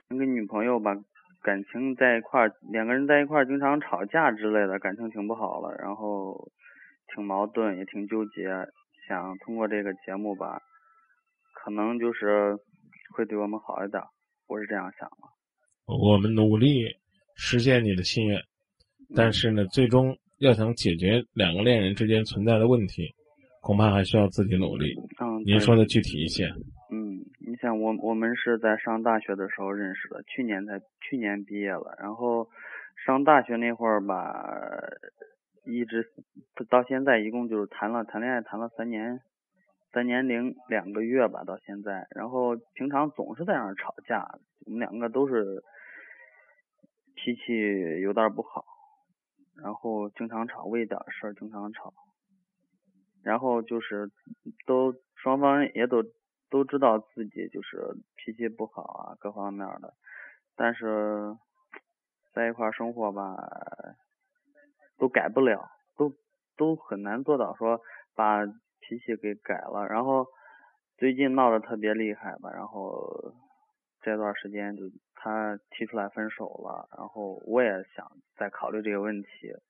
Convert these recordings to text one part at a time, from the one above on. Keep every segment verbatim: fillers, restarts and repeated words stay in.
那个女朋友吧，感情在一块儿，两个人在一块儿经常吵架之类的，感情挺不好了，然后挺矛盾，也挺纠结，想通过这个节目吧，可能就是会对我们好一点，我是这样想的。 我们努力实现你的心愿，但是呢，最终要想解决两个恋人之间存在的问题，恐怕还需要自己努力。 嗯， 您说的具体一些。 嗯，你想我我们是在上大学的时候认识的，去年才去年毕业了，然后上大学那会儿吧，一直到现在一共就是谈了谈恋爱谈了三年，三年零两个月吧，到现在，然后平常总是在那儿吵架，我们两个都是脾气有点不好，然后经常吵，为点事儿经常吵，然后就是都双方也都都知道自己就是脾气不好啊，各方面的，但是在一块儿生活吧，都改不了，都都很难做到说把脾气给改了。然后最近闹得特别厉害吧，然后这段时间就他提出来分手了，然后我也想再考虑这个问题，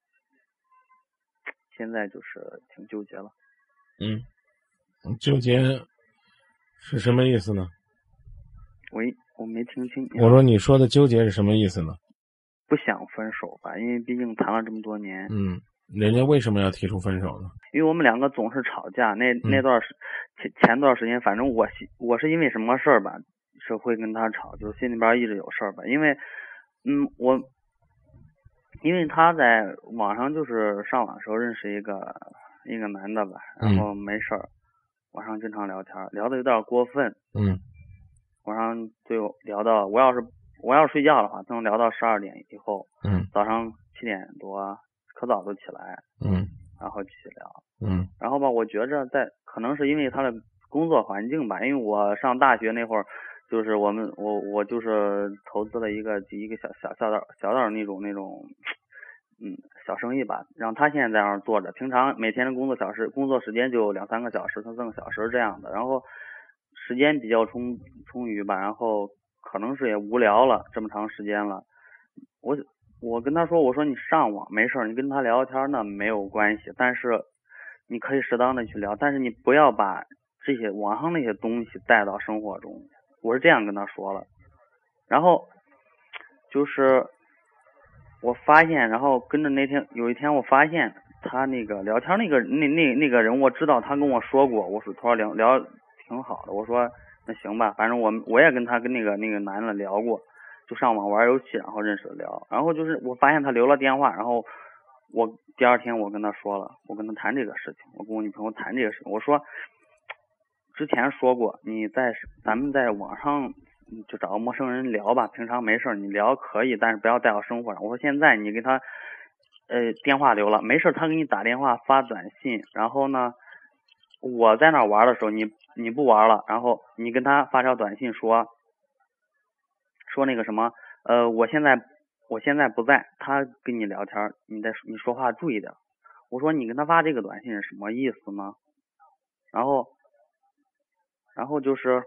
现在就是挺纠结了。 嗯，纠结是什么意思呢？ 喂，我没听清。 我说你说的纠结是什么意思呢？ 不想分手吧，因为毕竟谈了这么多年。 嗯，人家为什么要提出分手呢？ 因为我们两个总是吵架，那那段时前前段时间，反正我我是因为什么事儿吧，是会跟他吵，就是心里边一直有事儿吧。因为，嗯，我因为他在网上就是上网的时候认识一个一个男的吧，然后没事儿，网上经常聊天，聊的有点过分。 嗯。 晚上就聊到，我要是我要是睡觉的话，能聊到十二点以后。 嗯。 早上七点多可早就起来。 嗯。 然后继续聊。 嗯。 然后吧，我觉着在可能是因为他的工作环境吧，因为我上大学那会儿，就是我们我我就是投资了一个一个小小小点小点那种那种，嗯，小生意吧，让他现在在那儿坐着，平常每天的工作小时工作时间就两三个小时、三四个小时这样的，然后时间比较充充裕吧，然后可能是也无聊了这么长时间了，我我跟他说，我说你上网没事，你跟他聊天那没有关系，但是你可以适当的去聊，但是你不要把这些网上那些东西带到生活中，我是这样跟他说了。然后就是我发现，然后跟着那天有一天我发现他那个聊天那个那那那个人，我知道他跟我说过，我说他说聊聊挺好的，我说那行吧，反正我我也跟他跟那个那个男的聊过，就上网玩游戏，然后认识的聊，然后就是我发现他留了电话，然后我第二天我跟他说了，我跟他谈这个事情，我跟我女朋友谈这个事情，我说之前说过，你在咱们在网上就找个陌生人聊吧，平常没事你聊可以，但是不要带到生活上。我说现在你给他呃电话留了，没事他给你打电话发短信，然后呢我在那玩的时候你你不玩了，然后你跟他发条短信说说那个什么呃我现在我现在不在，他跟你聊天，你在你说话注意点。我说你跟他发这个短信是什么意思呢？然后然后就是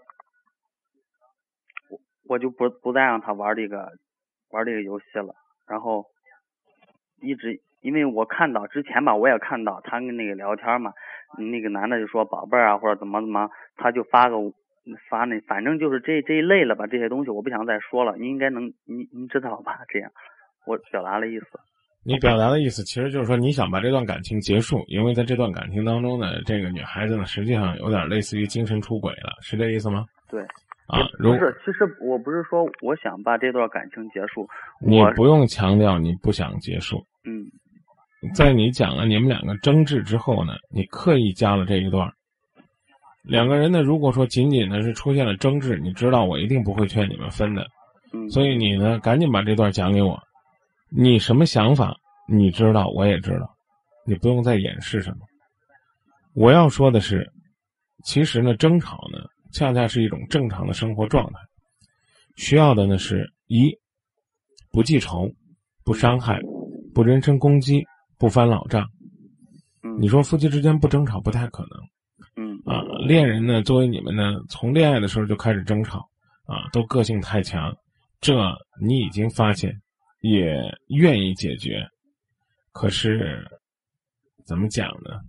我我就不不再让他玩这个玩这个游戏了，然后一直因为我看到之前吧，我也看到他跟那个聊天嘛，那个男的就说宝贝儿啊或者怎么怎么，他就发个发那反正就是这这一类了吧，这些东西我不想再说了，你应该能你你知道吧？这样我表达了意思。 你表达的意思其实就是说你想把这段感情结束，因为在这段感情当中呢，这个女孩子呢实际上有点类似于精神出轨了，是这意思吗？ 对。 啊， 不是，其实我不是说我想把这段感情结束， 你不用强调你不想结束。 嗯， 在你讲了你们两个争执之后呢，你刻意加了这一段。两个人呢，如果说仅仅的是出现了争执，你知道我一定不会劝你们分的。 嗯， 所以你呢，赶紧把这段讲给我。你什么想法，你知道，我也知道，你不用再掩饰什么。我要说的是，其实呢，争吵呢，恰恰是一种正常的生活状态。需要的呢是一，不记仇，不伤害，不人身攻击，不翻老账。 嗯， 你说夫妻之间不争吵不太可能。 嗯啊，恋人呢，作为你们呢，从恋爱的时候就开始争吵啊，都个性太强， 这你已经发现，也愿意解决，可是怎么讲呢？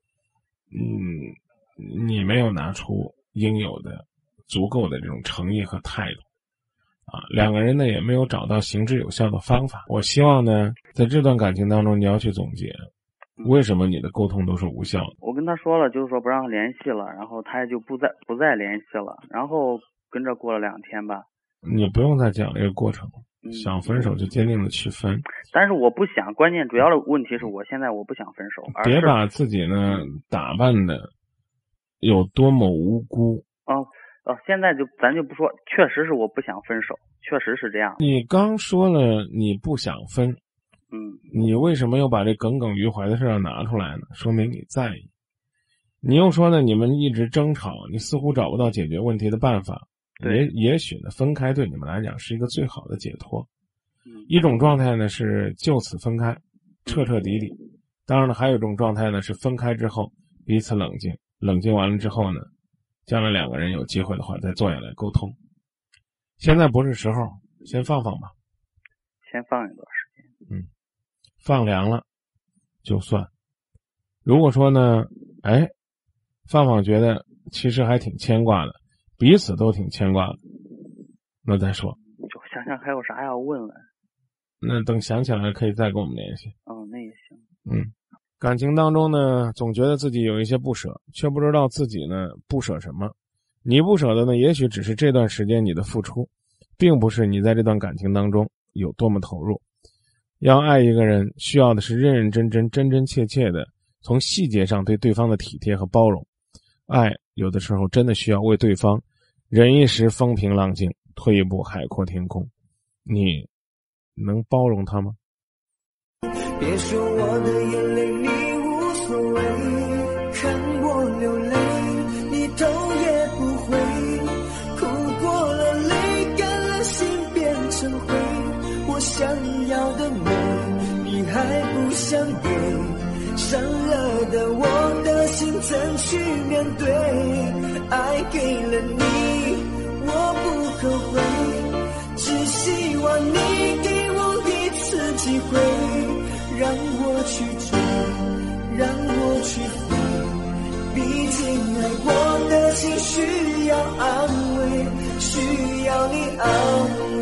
嗯，你没有拿出应有的、足够的这种诚意和态度。啊，两个人呢也没有找到行之有效的方法。我希望呢，在这段感情当中，你要去总结，为什么你的沟通都是无效的。 我跟他说了，就是说不让他联系了，然后他也就不再不再联系了。然后跟着过了两天吧。 你不用再讲这个过程，嗯、想分手就坚定的去分。 但是我不想，关键主要的问题是我现在我不想分手。 别把自己呢打扮的有多么无辜。 哦。哦，现在就咱就不说，确实是我不想分手，确实是这样。 你刚说了你不想分， 嗯， 你为什么又把这耿耿于怀的事儿拿出来呢？说明你在意。你又说呢，你们一直争吵，你似乎找不到解决问题的办法。也也许呢，分开对你们来讲是一个最好的解脱。 嗯， 一种状态呢是就此分开，彻彻底底。当然了，还有一种状态呢是分开之后彼此冷静，冷静完了之后呢，将来两个人有机会的话再坐下来沟通。现在不是时候，先放放吧。 先放一段时间。 嗯，放凉了就算。如果说呢，哎，放放觉得其实还挺牵挂的，彼此都挺牵挂的，那再说。 就想想还有啥要问了。 那等想起来可以再跟我们联系。 哦，那也行。 嗯。感情当中呢，总觉得自己有一些不舍，却不知道自己呢不舍什么。你不舍的呢，也许只是这段时间你的付出，并不是你在这段感情当中有多么投入。要爱一个人，需要的是认认真真、真真切切的，从细节上对对方的体贴和包容。爱有的时候真的需要为对方忍一时风平浪静，退一步海阔天空。你能包容他吗？ 别说我的眼泪你无所谓，看我流泪你头也不回，哭过了泪干了心变成灰，我想要的美你还不想给，伤了的我的心怎去面对，爱给了你我不后悔，只希望你给我一次机会，让我去追，让我去飞，毕竟爱过的心需要安慰，需要你安慰。